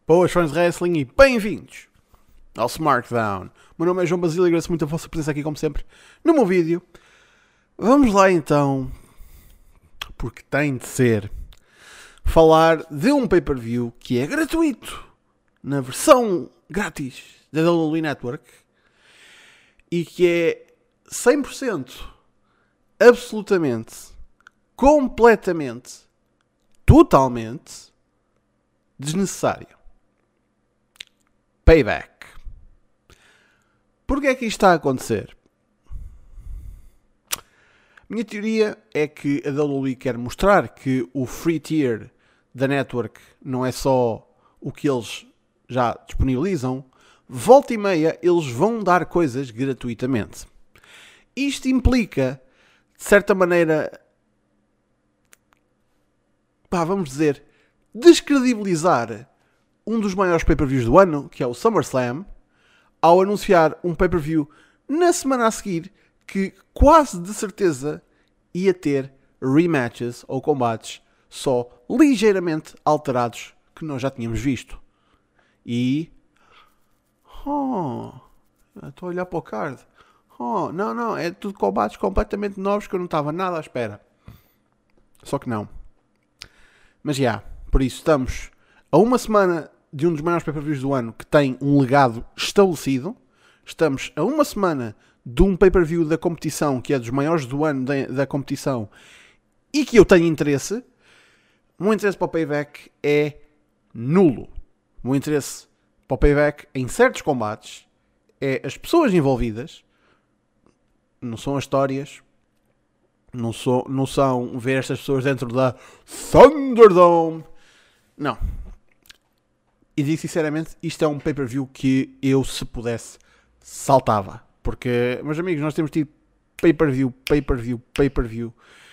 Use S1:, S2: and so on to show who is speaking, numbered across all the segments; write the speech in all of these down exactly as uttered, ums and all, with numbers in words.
S1: Boas fãs de wrestling e bem-vindos ao SmackDown. O meu nome é João Basílio e agradeço muito a vossa presença aqui, como sempre, no meu vídeo. Vamos lá então, porque tem de ser, falar de um pay-per-view que é gratuito, na versão grátis da W W E Network, e que é cem por cento, absolutamente, completamente, totalmente desnecessário. Payback. Porquê é que isto está a acontecer? Minha teoria é que a W W E quer mostrar que o free tier da network não é só o que eles já disponibilizam. Volta e meia eles vão dar coisas gratuitamente. Isto implica, de certa maneira, pá, vamos dizer, descredibilizar um dos maiores pay-per-views do ano, que é o SummerSlam, ao anunciar um pay-per-view na semana a seguir que quase de certeza ia ter rematches ou combates só ligeiramente alterados que nós já tínhamos visto. E... Oh, estou a olhar para o card. Oh, não, não, é tudo combates completamente novos que eu não estava nada à espera. Só que não. Mas já, yeah, por isso estamos a uma semana de um dos maiores pay-per-views do ano que tem um legado estabelecido. Estamos a uma semana de um pay-per-view da competição que é dos maiores do ano da, da competição e que eu tenho interesse. O meu interesse para o Payback é nulo. O meu interesse para o Payback em certos combates é as pessoas envolvidas, não são as histórias, não, sou, não são ver estas pessoas dentro da Thunderdome. Não. E digo sinceramente, isto é um pay-per-view que eu, se pudesse, saltava. Porque, meus amigos, nós temos tido pay-per-view, pay-per-view, pay-per-view.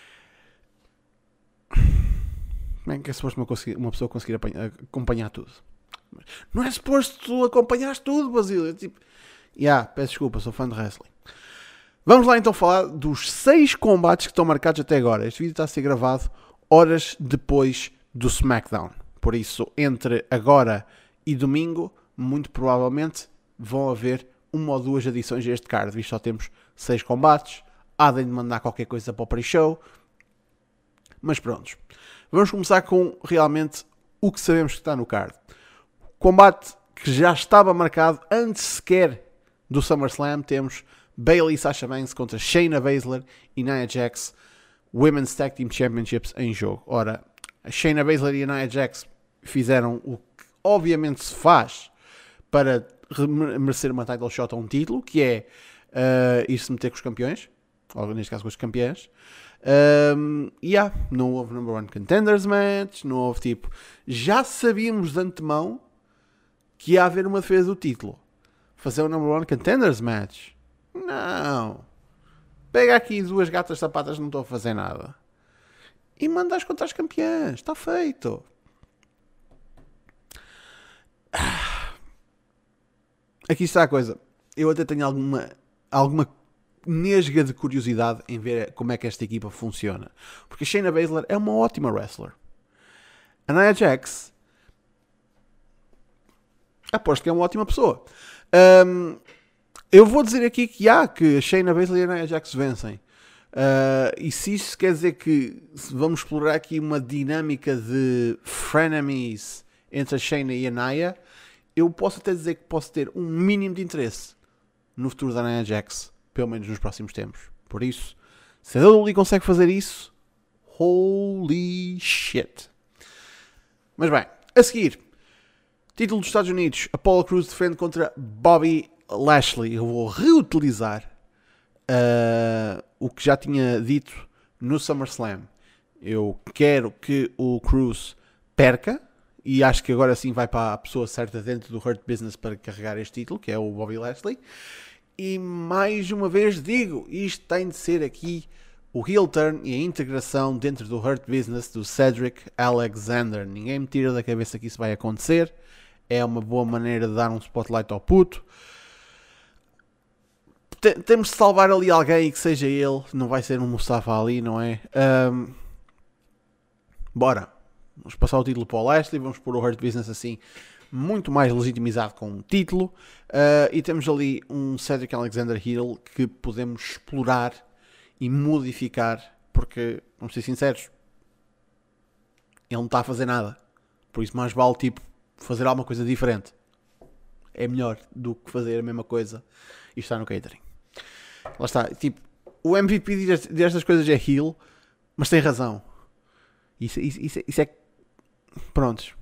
S1: Como é que é suposto uma, uma pessoa conseguir apanhar, acompanhar tudo? Não é suposto tu acompanhares tudo, Basílio. É tipo... Yeah, peço desculpa, sou fã de wrestling. Vamos lá então falar dos seis combates que estão marcados até agora. Este vídeo está a ser gravado horas depois do SmackDown. Por isso, entre agora e domingo, muito provavelmente vão haver uma ou duas edições deste card. Visto só temos seis combates. Há de mandar qualquer coisa para o pre-show. Mas prontos. Vamos começar com realmente o que sabemos que está no card. Combate que já estava marcado antes sequer do SummerSlam. Temos Bayley e Sasha Banks contra Shayna Baszler e Nia Jax, Women's Tag Team Championships em jogo. Ora, a Shayna Baszler e a Nia Jax fizeram o que obviamente se faz para merecer uma title shot a um título, que é uh, ir-se meter com os campeões, ou neste caso com os campeões. Um, e yeah, não houve number one contenders match, não houve tipo... Já sabíamos de antemão que ia haver uma defesa do título. Fazer um number one contenders match? Não. Pega aqui duas gatas sapatas, não estou a fazer nada. E mandas contra as campeãs. Está feito. Aqui está a coisa. Eu até tenho alguma, alguma nesga de curiosidade em ver como é que esta equipa funciona. Porque a Shayna Baszler é uma ótima wrestler. A Nia Jax, aposto que é uma ótima pessoa. Um, eu vou dizer aqui que há que a Shayna Baszler e a Nia Jax vencem. Uh, e se isso quer dizer que vamos explorar aqui uma dinâmica de frenemies entre a Shayna e a Nia, eu posso até dizer que posso ter um mínimo de interesse no futuro da Nia Jax, pelo menos nos próximos tempos. Por isso, se a W W E consegue fazer isso, holy shit. Mas bem, a seguir, título dos Estados Unidos, Apollo Crews defende contra Bobby Lashley. Eu vou reutilizar uh, o que já tinha dito no SummerSlam. Eu quero que o Crews perca, e acho que agora sim vai para a pessoa certa dentro do Hurt Business para carregar este título, que é o Bobby Lashley. E mais uma vez digo, isto tem de ser aqui o heel turn e a integração dentro do Hurt Business do Cedric Alexander. Ninguém me tira da cabeça que isso vai acontecer. É uma boa maneira de dar um spotlight ao puto. Temos de salvar ali alguém e que seja ele. Não vai ser um Mustafa Ali, não é? Um... Bora. Vamos passar o título para o Lashley. Vamos pôr o Hurt Business assim muito mais legitimizado com um título, uh, e temos ali um Cedric Alexander Hill que podemos explorar e modificar, porque, vamos ser sinceros, ele não está a fazer nada, por isso mais vale tipo fazer alguma coisa diferente. É melhor do que fazer a mesma coisa e estar no catering. Lá está, tipo, o M V P destas coisas é Hill, mas tem razão. Isso, isso, isso, isso é... Prontos.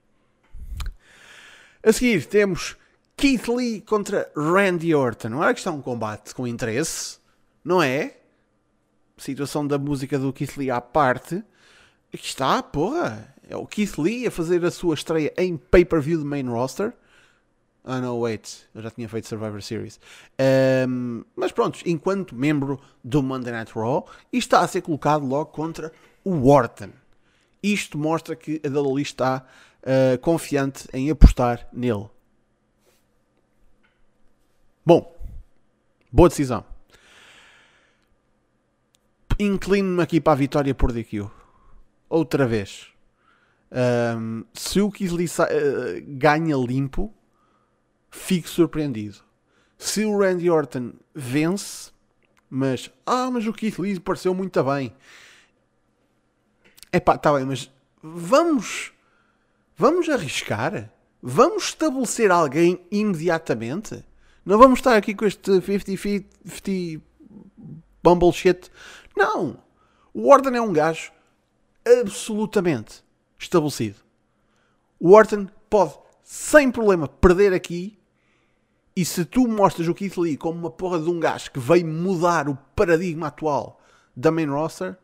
S1: A seguir temos Keith Lee contra Randy Orton. Não é que está um combate com interesse, não é? Situação da música do Keith Lee à parte. Aqui está, porra. É o Keith Lee a fazer a sua estreia em pay-per-view de main roster. Ah, não, wait. Eu já tinha feito Survivor Series. Um, mas pronto, enquanto membro do Monday Night Raw, e está a ser colocado logo contra o Orton. Isto mostra que a W W E está uh, confiante em apostar nele. Bom, boa decisão. Inclino-me aqui para a vitória por D Q. Outra vez. Um, se o Keith Lee uh, ganha limpo, fico surpreendido. Se o Randy Orton vence, mas ah, mas o Keith Lee pareceu muito bem. Epá, tá bem, mas vamos vamos arriscar? Vamos estabelecer alguém imediatamente? Não vamos estar aqui com este cinquenta cinquenta bumble shit. Não. O Orton é um gajo absolutamente estabelecido. O Orton pode, sem problema, perder aqui. E se tu mostras o Keith Lee como uma porra de um gajo que veio mudar o paradigma atual da main roster,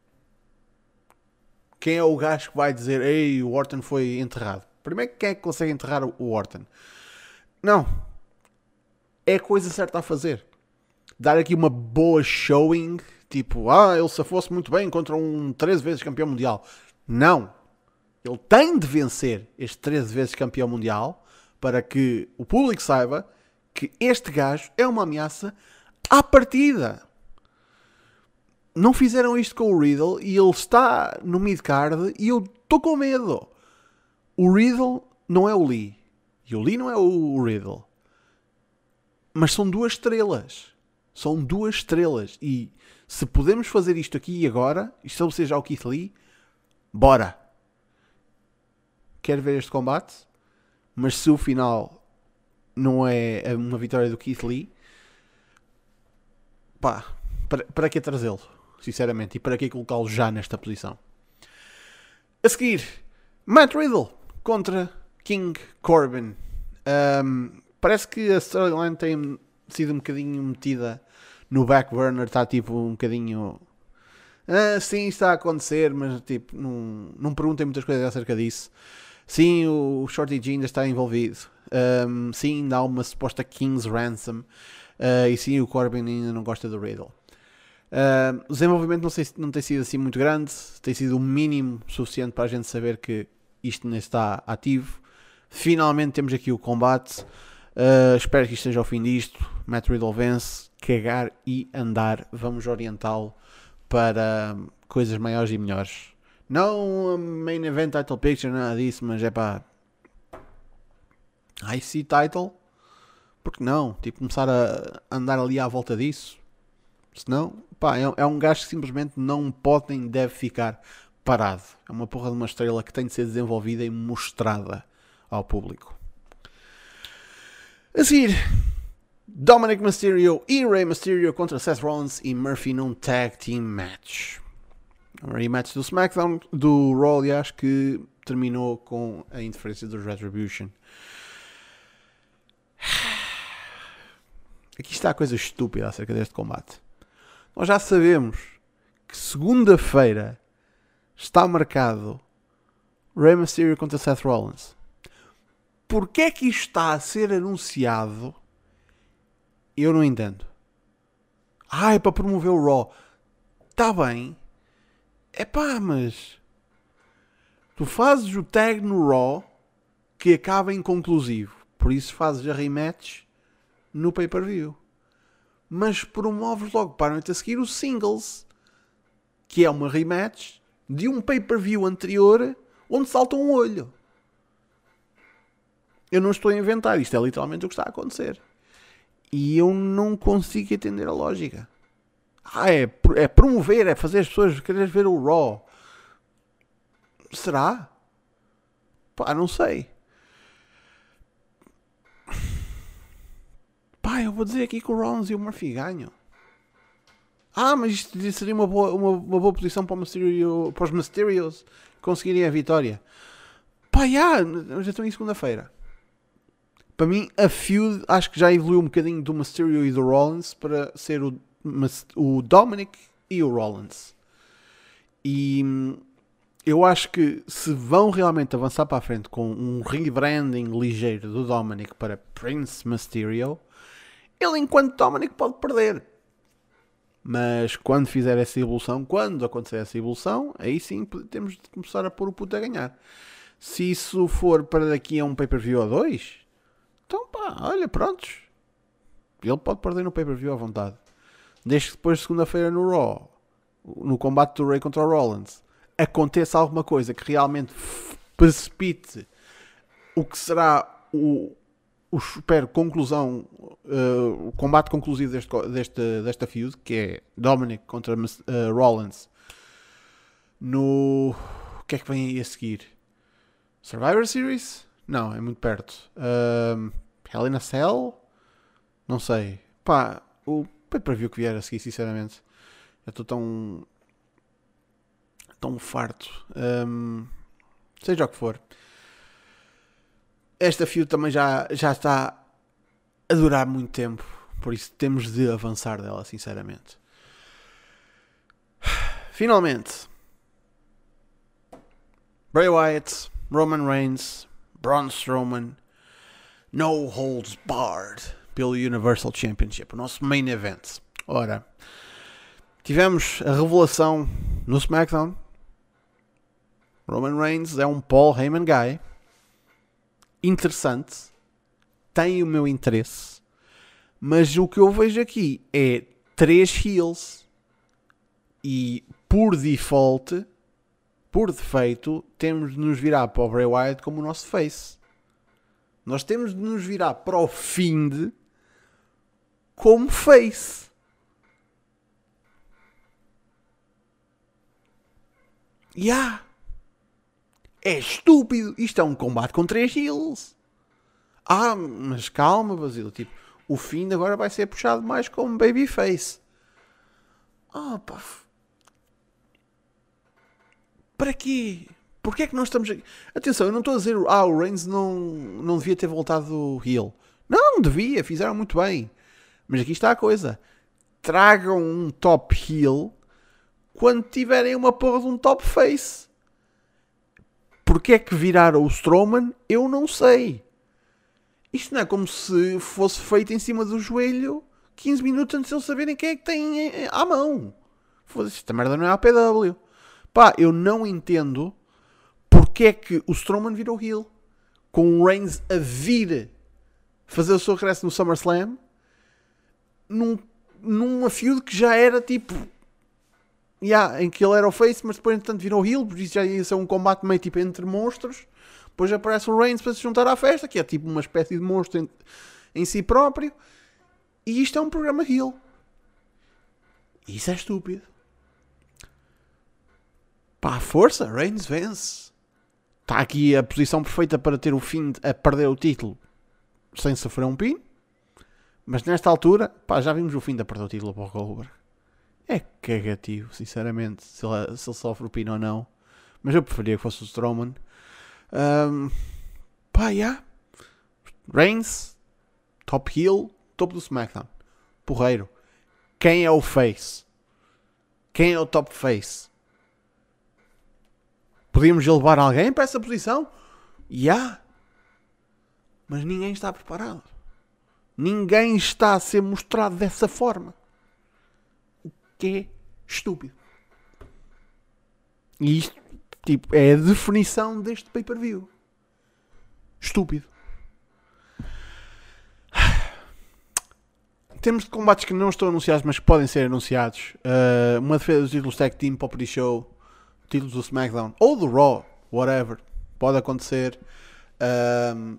S1: quem é o gajo que vai dizer ei, o Orton foi enterrado? Primeiro, quem é que consegue enterrar o Orton? Não. É a coisa certa a fazer. Dar aqui uma boa showing, tipo, ah, ele se fosse muito bem contra um treze vezes campeão mundial. Não. Ele tem de vencer este treze vezes campeão mundial para que o público saiba que este gajo é uma ameaça à partida. Não fizeram isto com o Riddle e ele está no mid-card e eu estou com medo. O Riddle não é o Lee. E o Lee não é o Riddle. Mas são duas estrelas. São duas estrelas. E se podemos fazer isto aqui e agora, estabelecer já o Keith Lee, bora. Quero ver este combate. Mas se o final não é uma vitória do Keith Lee, pá, para, para que trazê-lo? Sinceramente. E para que colocá-lo já nesta posição? A seguir, Matt Riddle contra King Corbin. Um, parece que a storyline tem sido um bocadinho metida no back burner. Está tipo um bocadinho... Ah, sim, está a acontecer, mas tipo, não, não perguntem muitas coisas acerca disso. Sim, o Shorty G ainda está envolvido. Um, sim, ainda há uma suposta King's Ransom. Uh, e sim, o Corbin ainda não gosta do Riddle. Uh, o desenvolvimento não, sei, não tem sido assim muito grande. Tem sido o mínimo suficiente para a gente saber que isto não está ativo. Finalmente temos aqui o combate. Uh, espero que isto esteja ao fim disto. Matt Riddle vence. Cagar e andar. Vamos orientá-lo para coisas maiores e melhores. Não main event title picture, nada disso, mas é pá, I C title, porque não? Tipo, começar a andar ali à volta disso. Senão, pá, é, é um gajo que simplesmente não pode nem deve ficar parado. É uma porra de uma estrela que tem de ser desenvolvida e mostrada ao público. A seguir, Dominic Mysterio e Rey Mysterio contra Seth Rollins e Murphy num tag team match. Um rematch do SmackDown, do Raw, aliás, que terminou com a interferência dos Retribution. Aqui está a coisa estúpida acerca deste combate. Nós já sabemos que segunda-feira está marcado Rey Mysterio contra Seth Rollins. Porquê é que isto está a ser anunciado? Eu não entendo. Ah, é para promover o Raw. Está bem. Epá, mas tu fazes o tag no Raw que acaba inconclusivo. Por isso fazes a rematch no pay-per-view. Mas promoves logo para a noite a seguir o singles, que é uma rematch de um pay-per-view anterior onde salta um olho. Eu não estou a inventar, isto é literalmente o que está a acontecer. E eu não consigo entender a lógica. Ah, é, é promover, é fazer as pessoas querer ver o Raw. Será? Pá, não sei. Pá, eu vou dizer aqui que o Rollins e o Murphy ganham. Ah, mas isto seria uma boa, uma, uma boa posição para, o Mysterio, para os Mysterios conseguirem a vitória. Pá, já, já estão em segunda-feira. Para mim, a feud acho que já evoluiu um bocadinho do Mysterio e do Rollins para ser o, o Dominic e o Rollins. E eu acho que se vão realmente avançar para a frente com um rebranding ligeiro do Dominic para Prince Mysterio, ele enquanto Dominic pode perder. Mas quando fizer essa evolução, quando acontecer essa evolução, aí sim temos de começar a pôr o puto a ganhar. Se isso for para daqui a um pay-per-view ou dois, então pá, olha, prontos. Ele pode perder no pay-per-view à vontade. Desde que depois, segunda-feira no Raw, no combate do Ray contra o Rollins, aconteça alguma coisa que realmente precipite o que será o, o espero, conclusão, uh, o combate conclusivo deste, deste, desta feud, que é Dominic contra uh, Rollins no... O que é que vem aí a seguir? Survivor Series? Não, é muito perto. Um, Hell in a Cell? Não sei. Pá, o pay-per-view que vier a seguir, sinceramente, eu estou tão... tão farto. Um, seja o que for. Esta feud também já, já está a durar muito tempo. Por isso temos de avançar dela, sinceramente. Finalmente. Bray Wyatt, Roman Reigns, Braun Strowman, No Holds Barred pelo Universal Championship. O nosso main event. Ora, tivemos a revelação no SmackDown. Roman Reigns é um Paul Heyman guy. Interessante, tem o meu interesse, mas o que eu vejo aqui é três heels e por default, por defeito, temos de nos virar para o Bray Wyatt como o nosso face. Nós temos de nos virar para o Fiend como face. Yeah. É estúpido. Isto é um combate com três heels. Ah, mas calma, Basílio. Tipo, o Fiend agora vai ser puxado mais como babyface. Ah, pá. Para quê? Porquê é que nós estamos aqui? Atenção, eu não estou a dizer... Ah, o Reigns não, não devia ter voltado heel. Não, devia. Fizeram muito bem. Mas aqui está a coisa. Tragam um top heel quando tiverem uma porra de um top face. Porque é que viraram o Strowman? Eu não sei. Isto não é como se fosse feito em cima do joelho quinze minutos antes de eles saberem quem é que tem à mão. Foda-se, esta merda não é A P W. Pá, eu não entendo porque é que o Strowman virou heel. Com o Reigns a vir fazer o seu regresso no SummerSlam num, numa feud que já era tipo... Yeah, em que ele era o face, mas depois entretanto virou heel, por isso já ia ser um combate meio tipo entre monstros. Depois aparece o Reigns para se juntar à festa, que é tipo uma espécie de monstro em, em si próprio. E isto é um programa heel. Isso é estúpido. Pá, força, Reigns vence. Está aqui a posição perfeita para ter o Fiend a perder o título sem sofrer um pin. Mas nesta altura, pá, já vimos o Fiend a perder o título para o Goldberg. É cagativo, sinceramente, se ele, se ele sofre o pino ou não. Mas eu preferia que fosse o Strowman. Um, pá, yeah. Reigns, top heel, topo do SmackDown. Porreiro. Quem é o face? Quem é o top face? Podíamos levar alguém para essa posição? Já. Yeah. Mas ninguém está preparado. Ninguém está a ser mostrado dessa forma. Que é estúpido. E isto, tipo, é a definição deste pay-per-view. Estúpido. Temos de combates que não estão anunciados, mas que podem ser anunciados. Uh, uma defesa dos títulos Tag Team para o pre-show. Títulos do SmackDown. Ou do Raw. Whatever. Pode acontecer. Uh,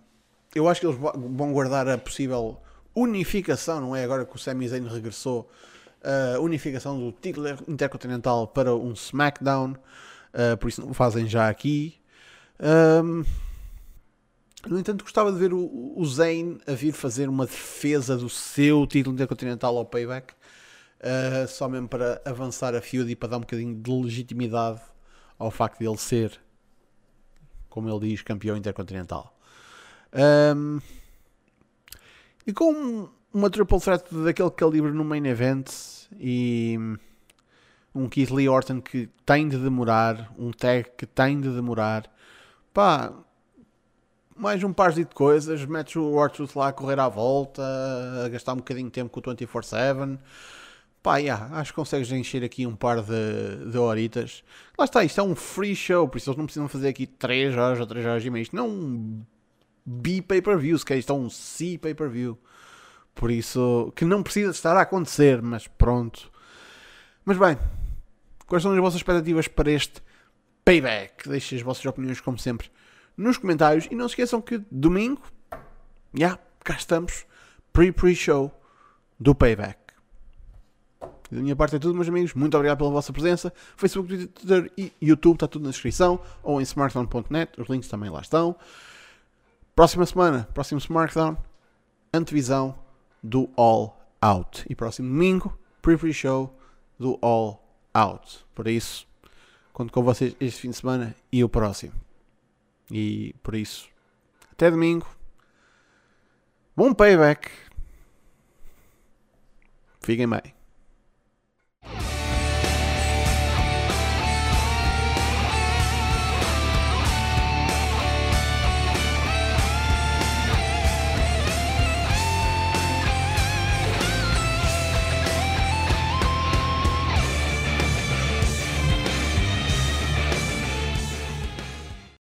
S1: eu acho que eles vão guardar a possível unificação, não é? Agora que o Sami Zayn regressou, a unificação do título intercontinental para um SmackDown, uh, por isso não o fazem já aqui. Um, no entanto, gostava de ver o, o Zayn a vir fazer uma defesa do seu título intercontinental ao Payback, uh, só mesmo para avançar a feud e para dar um bocadinho de legitimidade ao facto de ele ser, como ele diz, campeão intercontinental. Um, e com uma triple threat daquele calibre no main event e um Keith Lee Orton que tem de demorar, um tag que tem de demorar, pá, mais um par de coisas, metes o R-Truth lá a correr à volta, a gastar um bocadinho de tempo com o vinte e quatro sete, pá, yeah, acho que consegues encher aqui um par de, de horitas. Lá está, isto é um free show, por isso eles não precisam fazer aqui três horas ou três horas e meia, isto não é um B pay-per-view, se quer, isto é um C pay-per-view. Por isso, que não precisa estar a acontecer, mas pronto. Mas bem, quais são as vossas expectativas para este Payback? Deixem as vossas opiniões, como sempre, nos comentários. E não se esqueçam que domingo, já, yeah, cá estamos, pre-pre-show do Payback. Da minha parte é tudo, meus amigos. Muito obrigado pela vossa presença. Facebook, Twitter e YouTube, está tudo na descrição. Ou em smartphone ponto net, os links também lá estão. Próxima semana, próximo SmackDown, antevisão do All Out. E próximo domingo, pre-pre-show do All Out. Por isso, conto com vocês este fim de semana e o próximo. E por isso, até domingo. Bom Payback. Fiquem bem.